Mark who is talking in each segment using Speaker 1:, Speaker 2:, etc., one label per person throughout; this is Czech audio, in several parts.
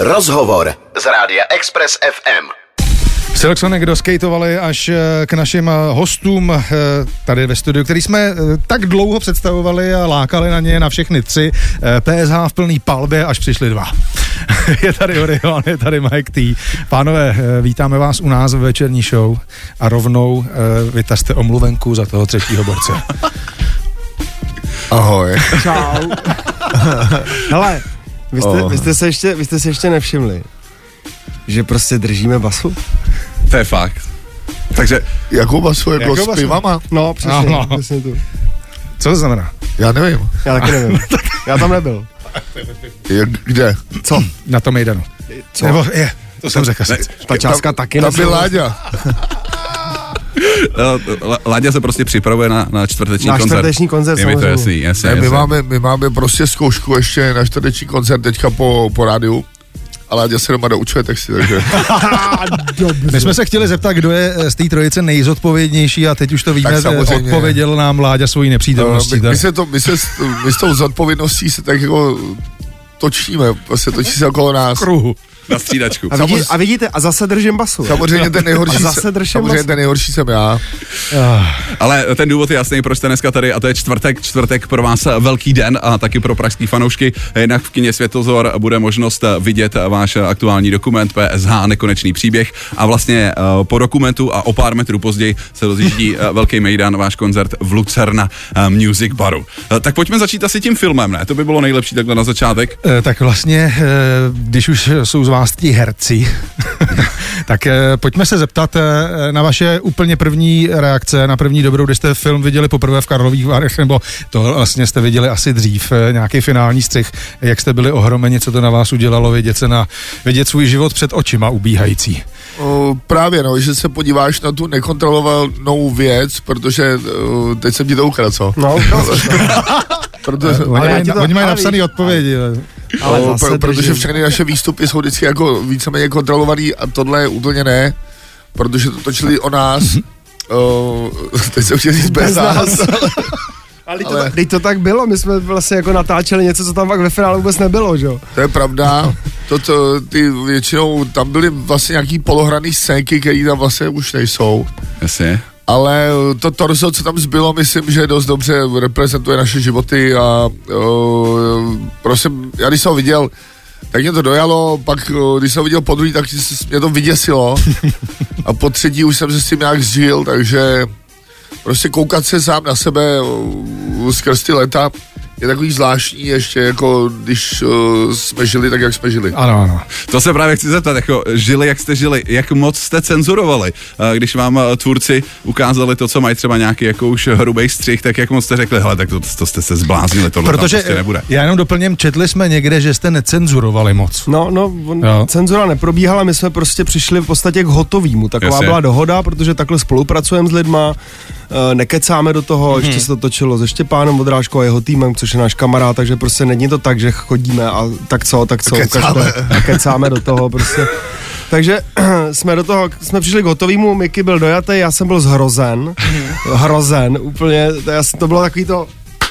Speaker 1: Rozhovor z Rádia Express FM.
Speaker 2: Selexonek doskejtovali až k našim hostům tady ve studiu, který jsme tak dlouho představovali a lákali na ně na všechny tři. PSH v plný palbě, až přišli dva. Je tady Orion, je tady Mike T. Pánové, vítáme vás u nás v večerní show a rovnou vytažte omluvenku za toho třetího borce.
Speaker 3: Ahoj.
Speaker 4: Čau. Hele, vy jste se ještě nevšimli, že prostě držíme basu?
Speaker 3: To je fakt. Takže jakou basu? Jako s pivama?
Speaker 4: No, přesně tu.
Speaker 2: Co to znamená?
Speaker 3: Já nevím.
Speaker 4: Já taky nevím. Já tam nebyl.
Speaker 3: Kde?
Speaker 4: Co?
Speaker 2: Na tom Mejdanu.
Speaker 4: Co?
Speaker 2: Nebo je, to jsem řekl.
Speaker 4: Ta částka taky
Speaker 3: tam byl Láďa.
Speaker 5: Láďa se prostě připravuje na čtvrteční koncert.
Speaker 4: Na čtvrteční koncert,
Speaker 5: je mi to jasný.
Speaker 3: My máme prostě zkoušku ještě na čtvrteční koncert teďka po rádiu. A Láďa se doma doučuje texty, takže...
Speaker 2: My jsme se chtěli zeptat, kdo je z té trojice nejzodpovědnější a teď už to víme, odpověděl nám Láďa svojí nepřítomností.
Speaker 3: My s tou zodpovědností se tak jako točíme, prostě točí se okolo nás.
Speaker 2: Kruhu.
Speaker 5: Na střídačku.
Speaker 4: A vidíte, a zase držím basu.
Speaker 3: Samozřejmě ten nejhorší jsem já.
Speaker 5: Ale ten důvod je jasný, proč jste dneska tady, a to je čtvrtek pro vás velký den a taky pro pražský fanoušky. Jednak v kině Světlozor bude možnost vidět váš aktuální dokument PSH Nekonečný příběh a vlastně po dokumentu a o pár metrů později se rozjíždí Velký Mejdan, váš koncert v Lucerna Music Baru. Tak pojďme začít asi tím filmem, ne? To by bylo nejlepší takhle na začátek.
Speaker 2: Tak vlastně, když už jsou z vás ti herci, tak pojďme se zeptat na vaše úplně první reakce, na první dobrou, když jste film viděli poprvé v Karlových Varech, nebo to vlastně jste viděli asi dřív, nějaký finální střih, jak jste byli ohromeni, co to na vás udělalo, vidět svůj život před očima ubíhající.
Speaker 3: Právě, že se podíváš na tu nekontrolovanou věc, protože teď jsem ti to ukradl, co?
Speaker 4: No.
Speaker 3: Protože,
Speaker 2: oni mají napsané odpovědi.
Speaker 3: Protože všechny naše výstupy jsou vždycky jako víceméně kontrolovaný a tohle úplně ne, protože to točili o nás, teď jsem chtěl říct bez nás.
Speaker 4: Ale teď to tak bylo, my jsme vlastně jako natáčeli něco, co tam pak ve finále vůbec nebylo, že jo?
Speaker 3: To je pravda, ty většinou, tam byly vlastně nějaký polohraný scénky, které tam vlastně už nejsou.
Speaker 5: Jasně.
Speaker 3: Ale to torzo, co tam zbylo, myslím, že dost dobře reprezentuje naše životy a prosím, já když jsem ho viděl, tak mě to dojalo, pak když jsem ho viděl po druhý, tak mě to vyděsilo a po třetí už jsem se s tím nějak zžil, takže prostě koukat se sám na sebe skrz ty léta je takový zvláštní ještě, jako když jsme žili tak, jak jsme žili.
Speaker 2: Ano.
Speaker 5: To se právě chci zeptat, jako žili, jak jste žili, jak moc jste cenzurovali, když vám tvůrci ukázali to, co mají třeba nějaký jako už hrubej střih, tak jak moc jste řekli, hele, tak to jste se zbláznili, tohle
Speaker 2: protože
Speaker 5: tam prostě nebude.
Speaker 2: Já jenom doplním, četli jsme někde, že jste necenzurovali moc.
Speaker 4: Cenzura neprobíhala, my jsme prostě přišli v podstatě k hotovýmu, taková byla dohoda, protože takhle spolupracujeme s lidma, nekecáme do toho, ještě se to točilo se Štěpánem Vodrážkou a jeho týmem, což je náš kamarád, takže prostě není to tak, že chodíme a tak co, kecáme do toho prostě. Takže jsme přišli k hotovýmu, Miky byl dojatý, já jsem byl hrozen, úplně, to bylo takový to...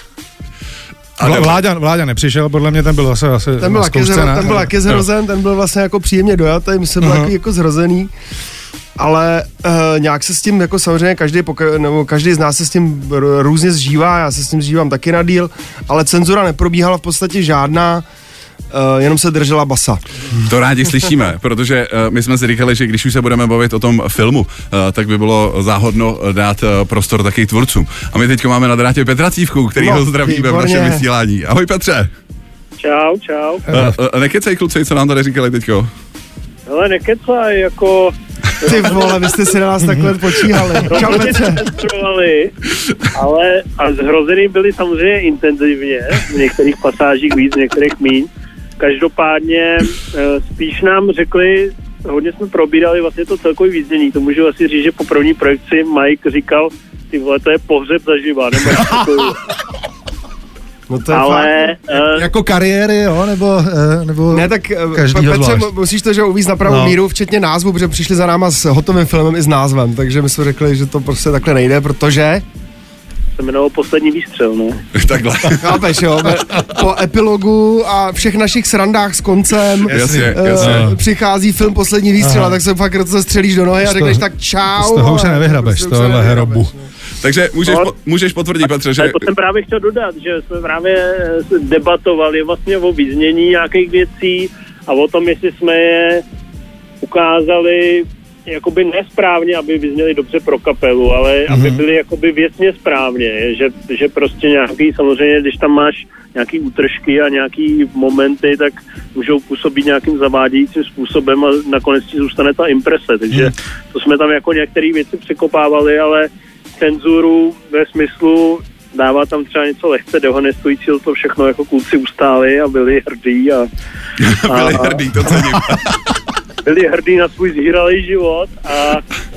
Speaker 2: Vláďa nepřišel, podle mě ten byl asi
Speaker 4: ten byl taky zhrozen, ten byl vlastně jako příjemně dojatý, my jsme byli jako zhrozený. Ale nějak se s tím, jako samozřejmě každý z nás se s tím různě zžívá, já se s tím zžívám taky na díl, ale cenzura neprobíhala v podstatě žádná, jenom se držela basa.
Speaker 5: To rádi slyšíme, protože my jsme si říkali, že když už se budeme bavit o tom filmu, tak by bylo záhodno dát prostor taky tvůrcům. A my teď máme na drátě Petra Cívku, kterýho zdravíme v našem vysílání. Ahoj Petře.
Speaker 6: Čau.
Speaker 5: Nekecej kluci, co nám tady říkali teďko?
Speaker 6: Ale nekecaj, jako...
Speaker 4: Ty vole, vy jste si na nás takhle počíhali. Čau, Petře.
Speaker 6: Ale a zhrozený byli samozřejmě intenzivně, v některých pasážích víc, v některých míň. Každopádně spíš nám řekli, hodně jsme probírali vlastně to celkový význění, to můžu asi říct, že po první projekci Mike říkal, ty vole, to je pohřeb zaživa, nebo
Speaker 4: No to je
Speaker 6: ale
Speaker 2: jako kariéry, jo, nebo
Speaker 4: ne, tak Petře, musíš to, že uvíct na pravou míru, včetně názvu, protože přišli za náma s hotovým filmem i s názvem, takže my jsme řekli, že to prostě takhle nejde, protože
Speaker 6: se jmenovalo Poslední výstřel, ne?
Speaker 5: Takhle.
Speaker 4: Chápeš, jo? Po epilogu a všech našich srandách s koncem
Speaker 5: Jasně.
Speaker 4: přichází film Poslední výstřel, tak se fakt střelíš do nohy a řekneš tak čau.
Speaker 2: Z toho už se nevyhrabeš, tohle herobu.
Speaker 5: Takže můžeš potvrdit, Petře, že...
Speaker 6: To jsem právě chtěl dodat, že jsme právě debatovali vlastně o vyznění nějakých věcí a o tom, jestli jsme je ukázali jakoby nesprávně, aby vyzněli dobře pro kapelu, ale aby byli jakoby věcně správně, že prostě nějaký, samozřejmě, když tam máš nějaký útržky a nějaký momenty, tak můžou působit nějakým zavádějícím způsobem a nakonec ti zůstane ta imprese, takže to jsme tam jako některé věci překopávali, ale cenzuru ve smyslu dává tam třeba něco lehce dehonestujícího, to všechno jako kluci ustáli a byli hrdí a
Speaker 5: byli hrdí, to cením.
Speaker 6: Byli hrdí na svůj zhýralý život a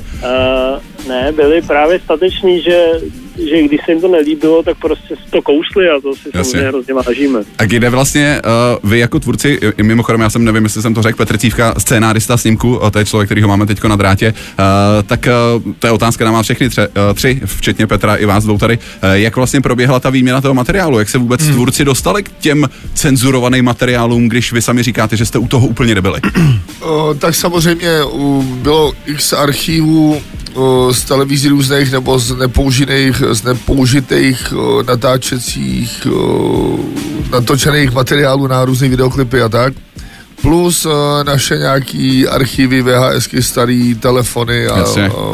Speaker 6: byli právě stateční, že když se jim to nelíbilo, tak prostě to kousli a to si samozřejmě hrozně vážíme. A
Speaker 5: kde vlastně vy jako tvůrci, mimochodem já jsem nevím, jestli jsem to řekl, Petr Cívka, scénárista snímku, to je člověk, který ho máme teďko na drátě, tak to je otázka na vás všechny tři, včetně Petra i vás dvou tady, jak vlastně proběhla ta výměna toho materiálu, jak se vůbec tvůrci dostali k těm cenzurovaným materiálům, když vy sami říkáte, že jste u toho úplně nebyli?
Speaker 3: Tak samozřejmě bylo x archívů z televizí různých nebo z nepoužitých natáčecích natočených materiálů na různé videoklipy a tak. Plus naše nějaký archivy, VHSky, starý telefony a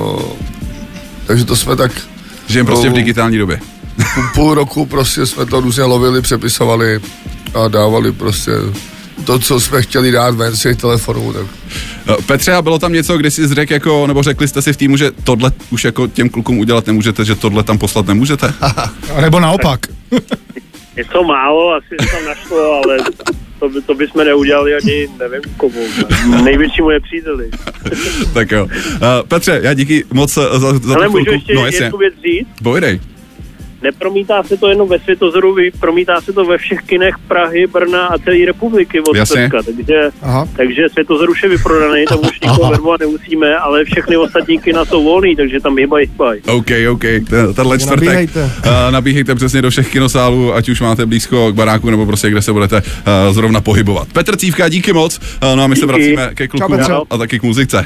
Speaker 3: takže to jsme tak...
Speaker 5: Žijeme prostě v digitální době.
Speaker 3: Půl roku prostě jsme to různě lovili, přepisovali a dávali prostě to, co jsme chtěli dát ven z těch telefonů. Tak.
Speaker 5: Petře, a bylo tam něco, kde jsi řekl, jako, nebo řekli jste si v týmu, že tohle už jako těm klukům udělat nemůžete, že tohle tam poslat nemůžete?
Speaker 2: Nebo naopak.
Speaker 6: Něco málo, asi se tam našlo, ale to bychom neudělali ani nevím komu. Největšímu nepříteli.
Speaker 5: Tak jo. Petře, já díky moc za
Speaker 6: ale můžu ještě jednu věc říct?
Speaker 5: Povídej.
Speaker 6: Nepromítá se to jenom ve Světozoru, promítá se to ve všech kinech Prahy, Brna a celé republiky od Česka, takže Světozor už je vyprodaný, tam už nikoho vervovat nemusíme, ale všechny ostatní kina jsou volný, takže tam hýbaj. OK, tenhle čtvrtek nabíhejte přesně do všech kinosálů, ať už máte blízko k baráku, nebo prostě kde se budete zrovna pohybovat. Petr Cívka, díky moc, no a my se vracíme ke klukům a taky k muzice.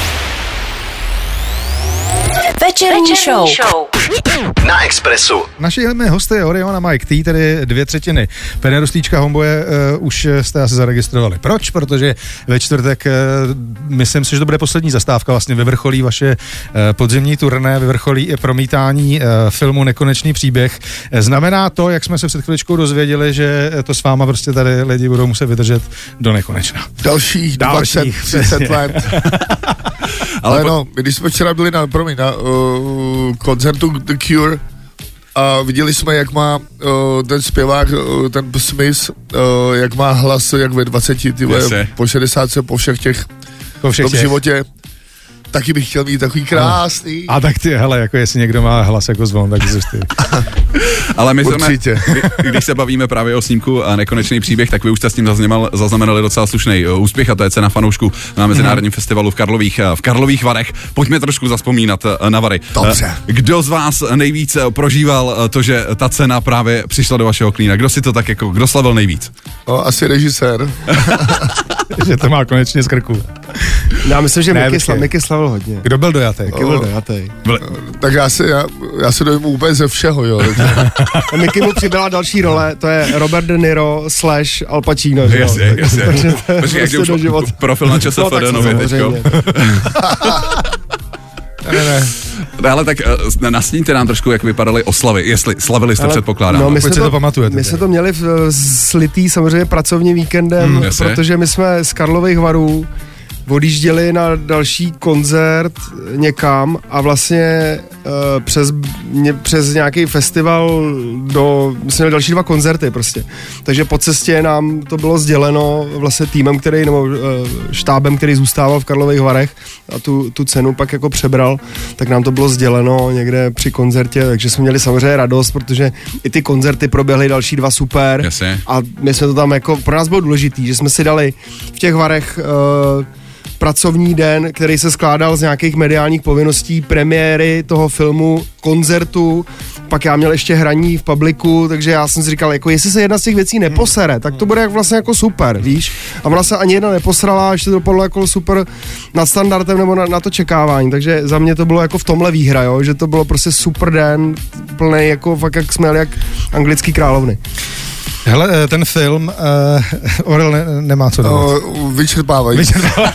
Speaker 1: Večerní show. Na Expressu.
Speaker 2: Naši hosty Orion a Mike T, tedy 2/3 Pene Ruslíčka Homboje, už jste asi zaregistrovali. Proč? Protože ve čtvrtek, myslím si, že to bude poslední zastávka, vlastně vyvrcholí vaše podzimní turné, vyvrcholí i promítání filmu Nekonečný příběh. Znamená to, jak jsme se před chviličkou dozvěděli, že to s váma prostě tady lidi budou muset vydržet do nekonečna.
Speaker 3: Dalších 20-30 let. Ale no, když jsme včera byli na koncertu The Cure a viděli jsme, jak má ten zpěvák, ten Smith, jak má hlas, jak ve 20, po 60, po všech těch v životě. Taky bych chtěl mít takový krásný.
Speaker 2: A tak ty, hele, jako jestli někdo má hlas jako zvon, tak jsi ty.
Speaker 5: Ale my jsme, když se bavíme právě o snímku a Nekonečný příběh, tak vy už jste s tím zaznamenali docela slušný úspěch a to je cena fanoušku na Mezinárodním festivalu v Karlových Varech. Pojďme trošku zazpomínat na Vary.
Speaker 3: Dobře.
Speaker 5: Kdo z vás nejvíc prožíval to, že ta cena právě přišla do vašeho klína? Kdo si to tak jako, kdo slavil nejvíc?
Speaker 3: No, asi režisér.
Speaker 2: Že to má konečně z krku.
Speaker 4: Já myslím, že Miky slavil hodně.
Speaker 2: Kdo byl dojatý?
Speaker 3: Tak já se dojmu úplně ze všeho, jo.
Speaker 4: Miky mu přibyla další role, to je Robert De Niro / Al Pacino.
Speaker 5: Jasně. Počkej, jak už profil na ČSFD nově teďko. Ne, ale tak nasníte nám trošku, jak vypadaly oslavy, jestli slavili jste, předpokládám.
Speaker 4: No, my jsme to měli slitý samozřejmě pracovně víkendem, protože my jsme z Karlových Varů odjížděli na další koncert někam a vlastně přes nějaký festival my jsme měli další 2 koncerty prostě. Takže po cestě nám to bylo sděleno vlastně týmem, nebo štábem, který zůstával v Karlových Varech a tu cenu pak jako přebral, tak nám to bylo sděleno někde při koncertě, takže jsme měli samozřejmě radost, protože i ty koncerty proběhly další 2 super.
Speaker 5: Jasně.
Speaker 4: A my jsme to tam jako, pro nás bylo důležitý, že jsme si dali v těch Varech pracovní den, který se skládal z nějakých mediálních povinností, premiéry toho filmu, koncertu, pak já měl ještě hraní v publiku, takže já jsem si říkal, jako jestli se jedna z těch věcí neposere, tak to bude jak vlastně jako super, víš? A ona se ani jedna neposrala, ještě to dopadlo jako super nad standardem nebo na to čekávání, takže za mě to bylo jako v tomhle výhra, jo? Že to bylo prostě super den, plný jako fakt jak jsme jeli jak anglický královny.
Speaker 2: Hele, ten film, Orel nemá co dodat.
Speaker 3: Vyčerpávají.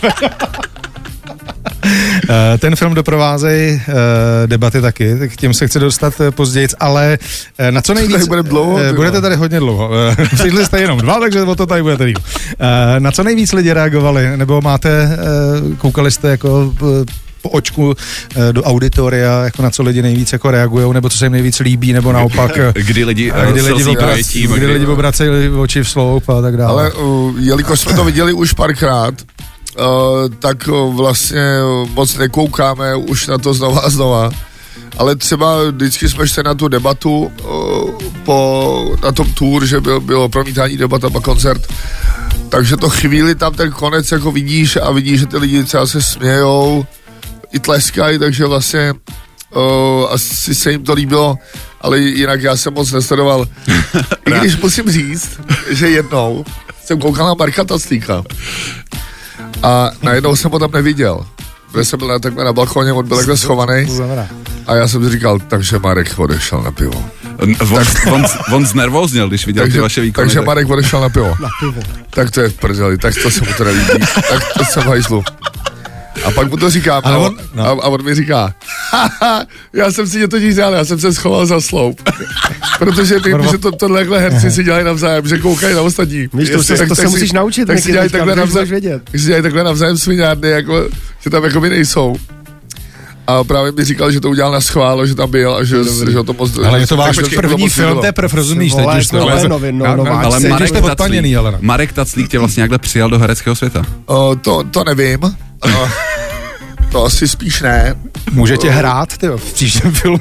Speaker 2: Ten film doprovázejí debaty taky, tak k těm se chci dostat později, ale na co nejvíc... Budete tady hodně dlouho. Přišli jste jenom 2, takže o to tady budete díl. Na co nejvíc lidi reagovali? Nebo koukali jste jako po očku do auditoria, jako na co lidi nejvíc jako reagujou, nebo co se jim nejvíc líbí, nebo naopak...
Speaker 5: Kdy lidi
Speaker 2: obracejí oči v sloup a tak dále.
Speaker 3: Ale jelikož jsme to viděli už párkrát, tak vlastně moc nekoukáme už na to znova a znova. Ale třeba vždycky jsme šli na tu debatu na tom tour, že bylo promítání debata a koncert. Takže to chvíli tam ten konec jako vidíš, že ty lidi třeba se smějou, i tleskají, takže vlastně asi se jim to líbilo, ale jinak já jsem moc nesledoval. I když musím říct, že jednou jsem koukal na Marka Taclíka a najednou jsem ho tam neviděl. Protože jsem byl takhle na balkóně, on byl takhle schovaný a já jsem si říkal, takže Marek odešel na pivo.
Speaker 5: On znervózněl, když viděl ty vaše výkony.
Speaker 3: Takže Marek odešel na pivo. Tak to je v prdeli, tak to se mu to nelíbí, tak to jsem hajzlu. A pak mu to říkám a on mi říká, já jsem si tě totiž dělal, já jsem se schoval za sloup. Protože vím, že tohle herci si dělají navzájem, že koukají na ostatní.
Speaker 4: Víš, to se musíš naučit.
Speaker 3: Tak si dělají takhle navzájem sviňárny, jako, že tam jako by nejsou. A právě mi říkal, že to udělal na schvál, že tam byl a že to moc...
Speaker 2: Ale je to váš první film, teprve rozumíš teď.
Speaker 5: Ale Marek Taclík tě vlastně nějakhle přijal do hereckého světa.
Speaker 3: To nevím. To asi spíš ne.
Speaker 2: Může tě hrát, tyjo, v příštím filmu.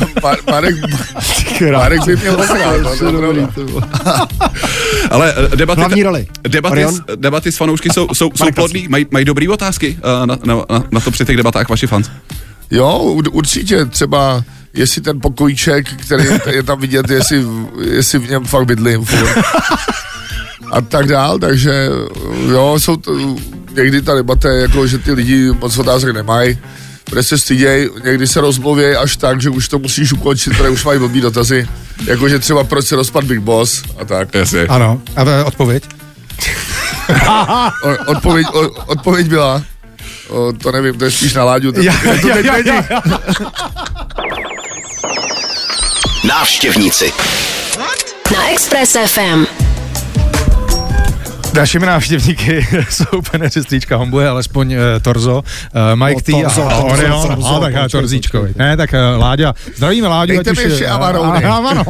Speaker 3: Marek by měl hrát.
Speaker 5: Ale debaty s fanoušky jsou plodný, mají dobrý otázky na to při těch debatách vaši fans.
Speaker 3: Jo, určitě třeba, jestli ten pokojíček, který je tam vidět, jestli v něm fakt bydlím furt. A tak dál, takže jo, jsou to, někdy ta debata je jako, že ty lidi moc otázek nemají, protože se styděj, někdy se rozmluvějí až tak, že už to musíš ukončit, protože už mají blbý dotazy, jakože třeba proč se rozpad Big Boss a tak.
Speaker 5: Jasně.
Speaker 2: Ano, a odpověď?
Speaker 3: Odpověď byla, to nevím, to je spíš na Láďu.
Speaker 1: Návštěvníci
Speaker 7: na Express FM.
Speaker 2: Našimi návštěvníky jsou peneři Stříčka Hombuje, alespoň Torzo, Mike T a Orion. Tak Torzíčko. Ne, tak Láďa. Zdravíme Láďu.
Speaker 3: Dejte mi ještě Amarony.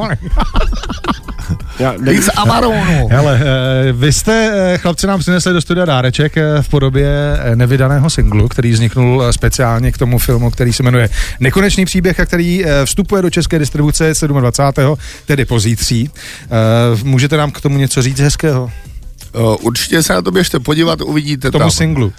Speaker 3: Víc Amaronu.
Speaker 2: Hele, vy jste, chlapci, nám přinesli do studia dáreček v podobě nevydaného singlu, který vzniknul speciálně k tomu filmu, který se jmenuje Nekonečný příběh a který vstupuje do české distribuce 27. tedy pozítří. Můžete nám k tomu něco říct hezkého?
Speaker 3: Určitě se na to běžte podívat, uvidíte
Speaker 2: tomu
Speaker 3: tam.
Speaker 2: Singlu.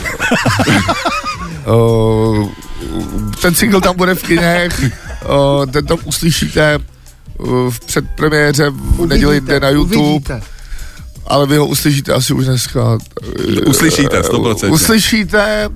Speaker 3: Ten single tam bude v kinech, ten tam uslyšíte v předpremiéře v neděli jde na YouTube. Uvidíte. Ale vy ho uslyšíte asi už dneska.
Speaker 5: Uslyšíte, 100%.
Speaker 3: Uslyšíte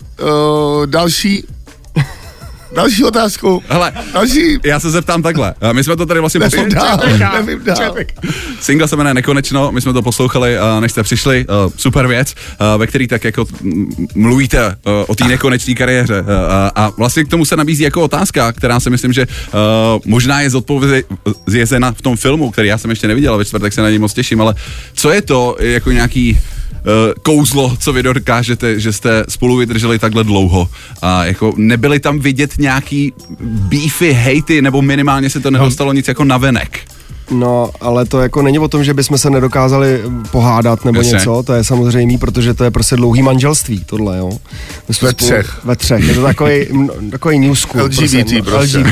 Speaker 3: další otázku.
Speaker 5: Hele, já se zeptám takhle. My jsme to tady vlastně
Speaker 3: Nevím dál.
Speaker 5: Single se jmenuje Nekonečno, my jsme to poslouchali, než jste přišli. Super věc, ve který tak jako mluvíte o té nekonečné kariéře. A vlastně k tomu se nabízí jako otázka, která si myslím, že možná je zodpovězena v tom filmu, který já jsem ještě neviděl, ve čtvrtek se na něj moc těším, ale co je to jako nějaký kouzlo, co vy dokážete, že jste spolu vydrželi takhle dlouho a jako nebyly tam vidět nějaký beefy, hejty, nebo minimálně se to nedostalo nic jako navenek?
Speaker 4: No, ale to jako není o tom, že bychom se nedokázali pohádat nebo něco, to je samozřejmé, protože to je prostě dlouhý manželství, tohle, jo. Ve třech, je to takový new school.
Speaker 3: LGBT prostě.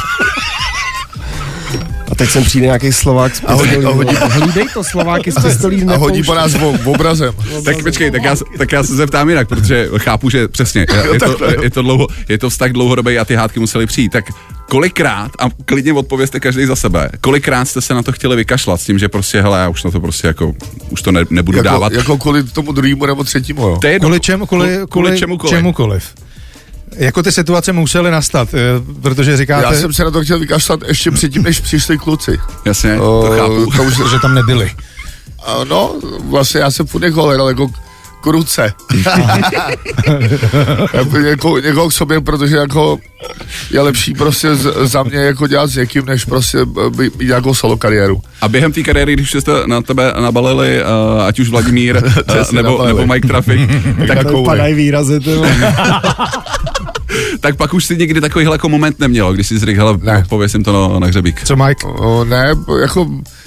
Speaker 4: A teď sem přijde nějaký Slovák z pistolí. Hlídej to, Slováky z pistolí
Speaker 3: a hodí po nás obrazem.
Speaker 5: Tak počkej, tak já se zeptám jinak, protože chápu, že přesně, je to vztah dlouhodobý a ty hádky musely přijít. Tak kolikrát, a klidně odpovězte každý za sebe, kolikrát jste se na to chtěli vykašlat s tím, že prostě, hele, já už na to prostě jako, už to nebudu dávat.
Speaker 3: Jako kvůli tomu druhému nebo třetímu, jo?
Speaker 2: Kvůli čemukoliv. Jako ty situace musely nastat, protože říkáte...
Speaker 3: Já jsem se na to chtěl vykašlat ještě předtím, než přišli kluci.
Speaker 5: Jasně, to chápu.
Speaker 2: To už, že tam nebyli.
Speaker 3: No, vlastně já jsem furt hledal jako k ruce. někoho k sobě, protože jako je lepší prostě za mě jako dělat s někým, než prostě mít nějakou solo kariéru.
Speaker 5: A během té kariéry, když jste na tebe nabalili, ať už Vladimír nebo Mike Traffic,
Speaker 4: tak padají výrazy,
Speaker 5: tak pak už si někdy takovýhle jako moment nemělo, když jsi řekl, hele, pověsím to na hřebík.
Speaker 2: Co, Mike?
Speaker 3: Ne, jako...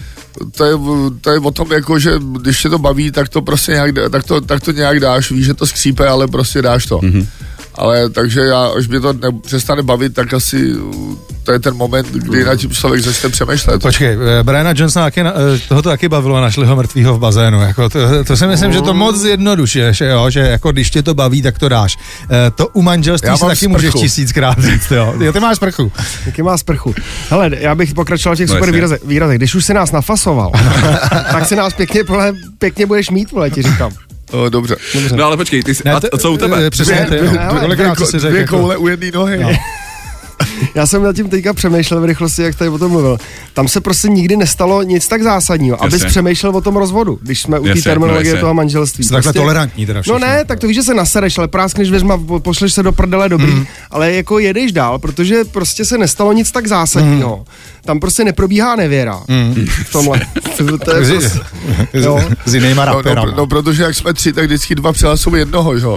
Speaker 3: To je o tom, jako, že když tě to baví, tak to prostě nějak, tak to nějak dáš, víš, že to skřípe, ale prostě dáš to. Mm-hmm. Ale takže až mě to přestane bavit, tak asi to je ten moment, kdy na tím člověk začne přemýšlet.
Speaker 2: Počkej, Briana Johnsona toho to taky bavilo, našli ho mrtvýho v bazénu. Jako to si myslím, že to moc zjednodušuješ, jo, že jako když tě to baví, tak to dáš. To u manželství si taky můžeš 1000krát říct, jo. Ty máš sprchu.
Speaker 4: Taky má sprchu. Hele, já bych pokračoval v těch super výrazech. Když už se nás nafasoval, tak si nás pěkně budeš mít, vole, ti říkám.
Speaker 3: Dobře.
Speaker 5: No ale počkej, a co u tebe?
Speaker 2: Přesně,
Speaker 3: dvě koule u jedné nohy.
Speaker 4: No. Já jsem nad tím teďka přemýšlel v rychlosti, jak tady o tom mluvil. Tam se prostě nikdy nestalo nic tak zásadního, abys přemýšlel o tom rozvodu, když jsme u té terminologie toho manželství.
Speaker 2: Jsi takhle tolerantní teda všechno.
Speaker 4: No ne, tak to víš, že se nasereš, ale práskneš věřma, pošleš se do prdele dobrý, ale jako jedeš dál, protože prostě se nestalo nic tak zásadního. Tam prostě neprobíhá nevěra. V tomhle. To je prostě,
Speaker 2: s jinýma raperama.
Speaker 3: No, protože jak jsme 3, tak vždycky 2 přihlasují jednoho, jo.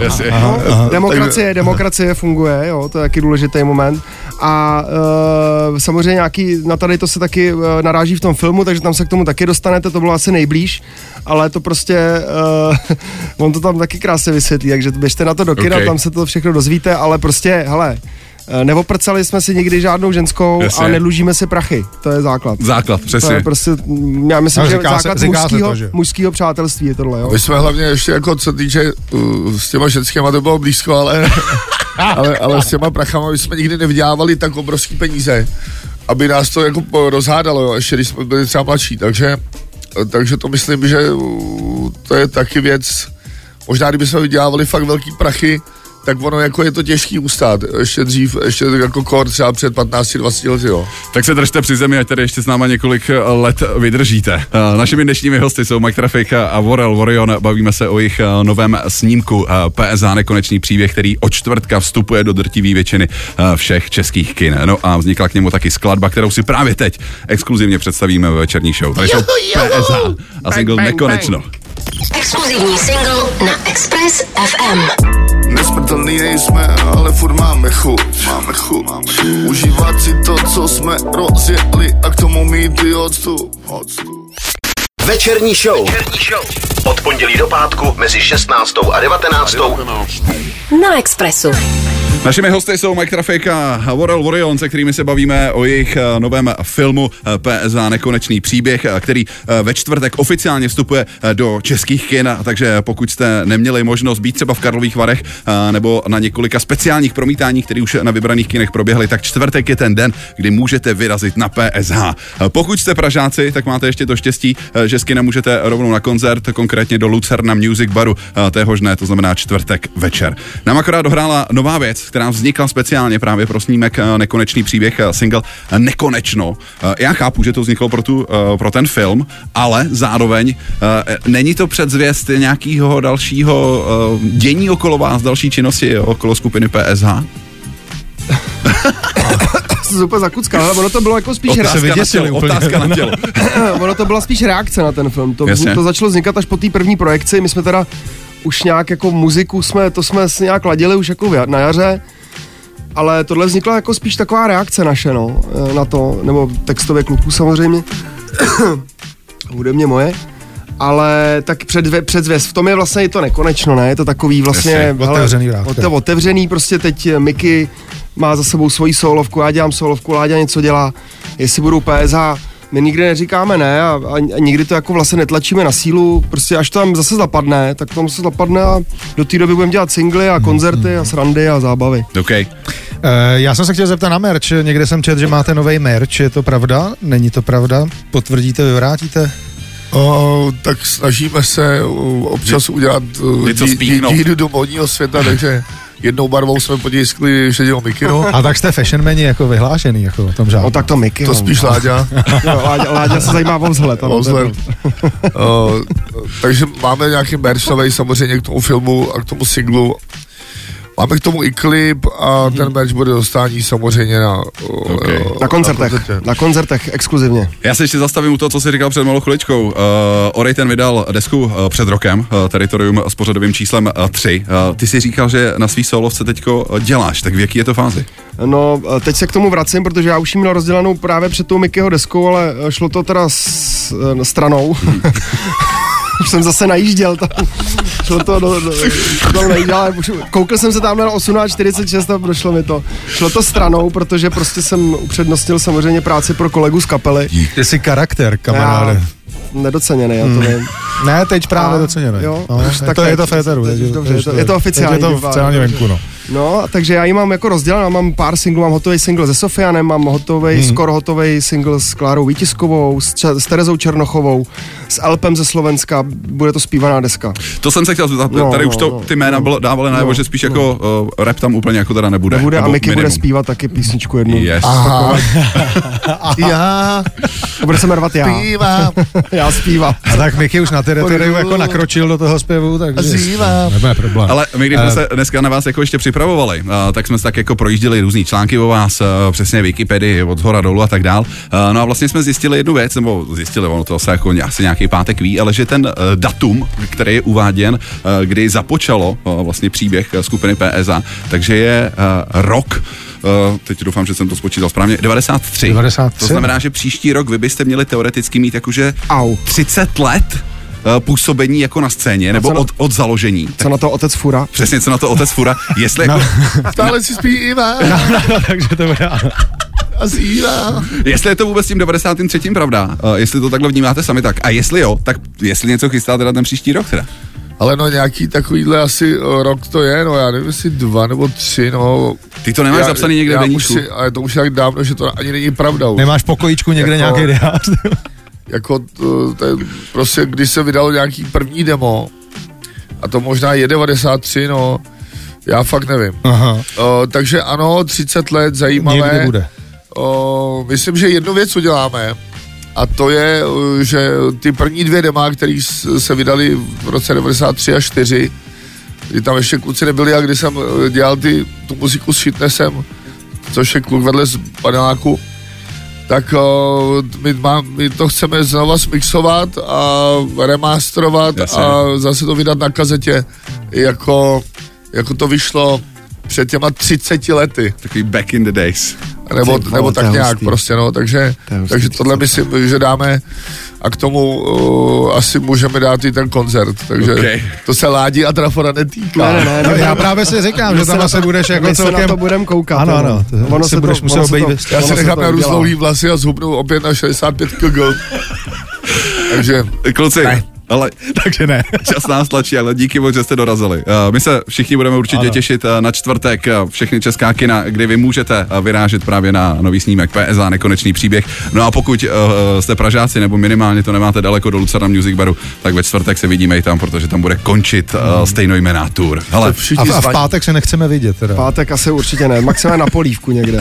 Speaker 4: Demokracie funguje, jo, to je taky důležitý moment. A samozřejmě nějaký, na tady to se taky naráží v tom filmu, takže tam se k tomu taky dostanete, to bylo asi nejblíž, ale to prostě, on to tam taky krásně vysvětlí, takže běžte na to do kina, tam se to všechno dozvíte, ale prostě, hele, neoprcali jsme si nikdy žádnou ženskou a nedlužíme si prachy. To je základ.
Speaker 5: Základ, přesně.
Speaker 4: To je prostě, já myslím, že základ mužského přátelství je tohle, jo.
Speaker 3: My jsme hlavně ještě jako, co týče s těma ženskýma, to bylo blízko, ale s těma prachama my jsme nikdy nevydělávali tak obrovský peníze, aby nás to jako rozhádalo, jo, ještě když jsme byli třeba mladší, takže to myslím, že to je taky věc, možná kdyby jsme vydělávali fakt velký prachy, tak ono jako je to těžký ustát. Ještě dřív, ještě jako kor třeba před 15-20 lety, jo.
Speaker 5: Tak se držte při zemi, ať tady ještě s náma několik let vydržíte. Našimi dnešními hosty jsou Mike Traffic a Warel Warrior. Bavíme se o jejich novém snímku PSH Nekonečný příběh, který od čtvrtka vstupuje do drtivé většiny všech českých kin. No a vznikla k němu taky skladba, kterou si právě teď exkluzivně představíme ve večerní show. Tady jsou PSH a single Nekonečno.
Speaker 7: Exkluzivní single na Express FM.
Speaker 8: Nesmrtelný nejsme, ale furt máme chuť. Užívat si to, co jsme rozjeli a k tomu mít i odstup.
Speaker 1: Večerní show. Od pondělí do pátku mezi 16. a 19.
Speaker 7: Na Expressu.
Speaker 5: Našimi hosty jsou Mike Traffic a Warel Warrior, se kterými se bavíme o jejich novém filmu PSH Nekonečný příběh, který ve čtvrtek oficiálně vstupuje do českých kin, takže pokud jste neměli možnost být třeba v Karlových Varech nebo na několika speciálních promítáních, které už na vybraných kinech proběhly, tak čtvrtek je ten den, kdy můžete vyrazit na PSH. Pokud jste Pražáci, tak máte ještě to štěstí, že z kina můžete rovnou na koncert, konkrétně do Lucerna Music Baru téhož dne, to znamená čtvrtek večer. Nám akorát dohrála nová věc, která vznikla speciálně právě pro snímek Nekonečný příběh, single Nekonečno. Já chápu, že to vzniklo pro ten film, ale zároveň není to předzvěst nějakého dalšího dění okolo vás, další činnosti okolo skupiny PSH?
Speaker 4: Super zakucká, ale ono to bylo jako spíš
Speaker 5: otázka na tělo.
Speaker 4: Ono to byla spíš reakce na ten film. To začalo vznikat až po té první projekci. My jsme teda už nějak jako muziku jsme si nějak ladili už jako na jaře, ale tohle vznikla jako spíš taková reakce naše, no, na to, nebo textově kluků samozřejmě, hudebně moje, ale tak předzvěst, v tom je vlastně i to nekonečno, ne, je to takový vlastně otevřený, prostě teď Miky má za sebou svoji solovku, já dělám solovku, Láďa něco dělá, jestli budou PSH, my nikdy neříkáme ne a nikdy to jako vlastně netlačíme na sílu, prostě až to tam zase zapadne, tak tam se zapadne a do té doby budeme dělat singly a koncerty a srandy a zábavy.
Speaker 5: Okay.
Speaker 2: Já jsem se chtěl zeptat na merch. Někde jsem četl, že máte nový merch. Je to pravda? Není to pravda? Potvrdíte, vyvrátíte?
Speaker 3: Tak snažíme se občas udělat díru do modního světa, takže jednou barvou jsme potiskli šedivou mikinu.
Speaker 2: A tak jste fashionmeni jako vyhlášený, jako o tom žádný.
Speaker 4: No tak to Miky.
Speaker 3: To spíš Láďa.
Speaker 4: Láďa se zajímá o vzhled.
Speaker 3: Takže máme nějaký merch novej samozřejmě k tomu filmu a k tomu singlu. Máme k tomu i klip a ten merch bude dostání samozřejmě
Speaker 4: na koncertech exkluzivně.
Speaker 5: Já se ještě zastavím u toho, co jsi říkal před malou chviličkou. Orej ten vydal desku před rokem, Teritorium s pořadovým číslem 3. Ty jsi říkal, že na svý solovce teďko děláš, tak v jaký je to fázi?
Speaker 4: No, teď se k tomu vracím, protože já už ji měl rozdělanou právě před tou Mikyho deskou, ale šlo to teda stranou. Už jsem zase najížděl tam. Šlo to koukl jsem se tam na 18:46 a došlo mi to. Šlo to stranou, protože prostě jsem upřednostnil samozřejmě práci pro kolegu z kapely.
Speaker 2: Ty jsi charakter, kamaráde.
Speaker 4: Nedoceněný, já to vím.
Speaker 2: Ne, teď právě doceněný.
Speaker 4: Jo,
Speaker 2: no, tak je to féteru.
Speaker 4: Dobře, je to oficiální.
Speaker 2: Je to oficiálně venku, no.
Speaker 4: No, takže já ji mám jako rozdělenou, mám pár singlů, mám hotový single se Sofianem, mám skoro hotový single s Klárou Vítiskovou, s Terezou Černochovou, s Alpem ze Slovenska, bude to zpívaná deska.
Speaker 5: To jsem se chtěl zeptat, tady už ty jména dávaly najevo, že spíš jako rap tam úplně jako teda nebude.
Speaker 4: Nebude a Miky bude zpívat taky písničku jednu.
Speaker 5: Yes.
Speaker 3: Já.
Speaker 4: Bude se jmenovat Já. Já zpívám.
Speaker 2: A tak Miky už na Teritoriu jako nakročil do toho zpěvu, takže nebude problém.
Speaker 5: Ale my, když jsme se dneska na vás jako ještě připravovali, tak jsme se tak jako projížděli různý články o vás, přesně Wikipedii, od zhora dolů a tak dál. No a vlastně jsme zjistili jednu věc, nebo ono to se jako asi nějaký pátek ví, ale že ten datum, který je uváděn, kdy započalo vlastně příběh skupiny PSA, takže je rok, teď doufám, že jsem to spočítal správně, 93. To znamená, že příští rok vy byste měli teoreticky mít jakože 30 let působení jako na scéně, nebo od založení.
Speaker 4: Co na to otec Fura?
Speaker 5: Přesně, co na to otec Fura. Jestli jako...
Speaker 3: Stále si zpívá.
Speaker 2: Takže to bude...
Speaker 5: Jestli je to vůbec tím 93. pravda, jestli to takhle vnímáte sami tak, a jestli jo, tak jestli něco chystáte na ten příští rok teda?
Speaker 3: Ale no nějaký takovýhle asi rok to je, no já nevím, jestli 2 nebo 3, no.
Speaker 5: Ty to nemáš zapsaný někde v deníčku?
Speaker 3: Ale to už tak dávno, že to ani není pravda už.
Speaker 2: Nemáš pokojíčku někde jako, nějaký diář?
Speaker 3: Jako prostě, když se vydalo nějaký první demo, a to možná je 93, no, já fakt nevím. Takže ano, 30 let, zajímavé.
Speaker 2: Někdy bude.
Speaker 3: Myslím, že jednu věc uděláme, a to je, že ty první 2 dema, které se vydali v roce 93 a 4, kdy tam ještě kluci nebyli, a kdy jsem dělal tu muziku s Fitnessem, což je kluk vedle z paneláku, tak my to chceme znova smixovat a remasterovat. Jasně. A zase to vydat na kazetě, jako to vyšlo před těma 30 lety.
Speaker 5: Takový back in the days.
Speaker 3: Nebo tak nějak prostě, no, takže tohle myslím, že dáme a k tomu asi můžeme dát i ten koncert, takže to se Ládi a Trafora netýká.
Speaker 4: Ne,
Speaker 2: já právě si říkám, že tam asi budeš jako celkem...
Speaker 4: My se na to budeme koukat.
Speaker 2: Ano, ono se budeš muset obejít.
Speaker 3: Já si nechám na různový vlasy a zhubnu opět na 65 kg. Takže...
Speaker 5: Kluci, ale
Speaker 2: takže ne.
Speaker 5: Čas nás tlačí, ale díky moc, že jste dorazili. My se všichni budeme určitě těšit na čtvrtek, všechny česká kina, kdy vy můžete vyrážet právě na nový snímek PSA Nekonečný příběh. No a pokud jste Pražáci nebo minimálně to nemáte daleko do Lucerna Music Baru, tak ve čtvrtek se vidíme i tam, protože tam bude končit stejnojmenná tour.
Speaker 2: Ale a v pátek se nechceme vidět teda.
Speaker 4: Pátek asi určitě ne, maximálně na Polívku někde.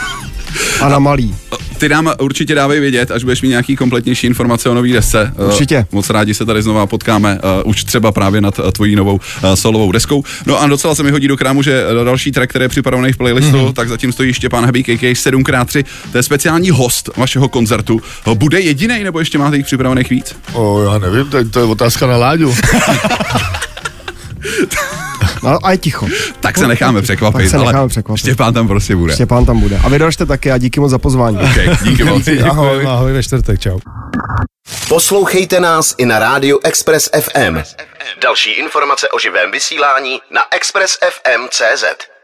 Speaker 4: A na Malý.
Speaker 5: Ty nám určitě dávej vědět, až budeš mít nějaký kompletnější informace o nový desce.
Speaker 4: Určitě.
Speaker 5: Moc rádi se tady znova potkáme, už třeba právě nad tvojí novou solovou deskou. No a docela se mi hodí do krámu, že další track, který je připravený v playlistu, tak zatím stojí Štěpán Hebík, a.k.a. 7x3. To je speciální host vašeho koncertu. Bude jedinej, nebo ještě máte jich připravených víc?
Speaker 3: Já nevím, to je otázka na Láďu.
Speaker 4: No a je ticho.
Speaker 5: Tak se necháme překvapit, ale Štěpán tam prostě bude.
Speaker 4: Štěpán tam bude. A vy držte taky a díky moc za pozvání.
Speaker 5: Okay, díky moc.
Speaker 2: Ahoj ve čtvrtek, čau.
Speaker 1: Poslouchejte nás i na rádiu Express FM. Další informace o živém vysílání na expressfm.cz.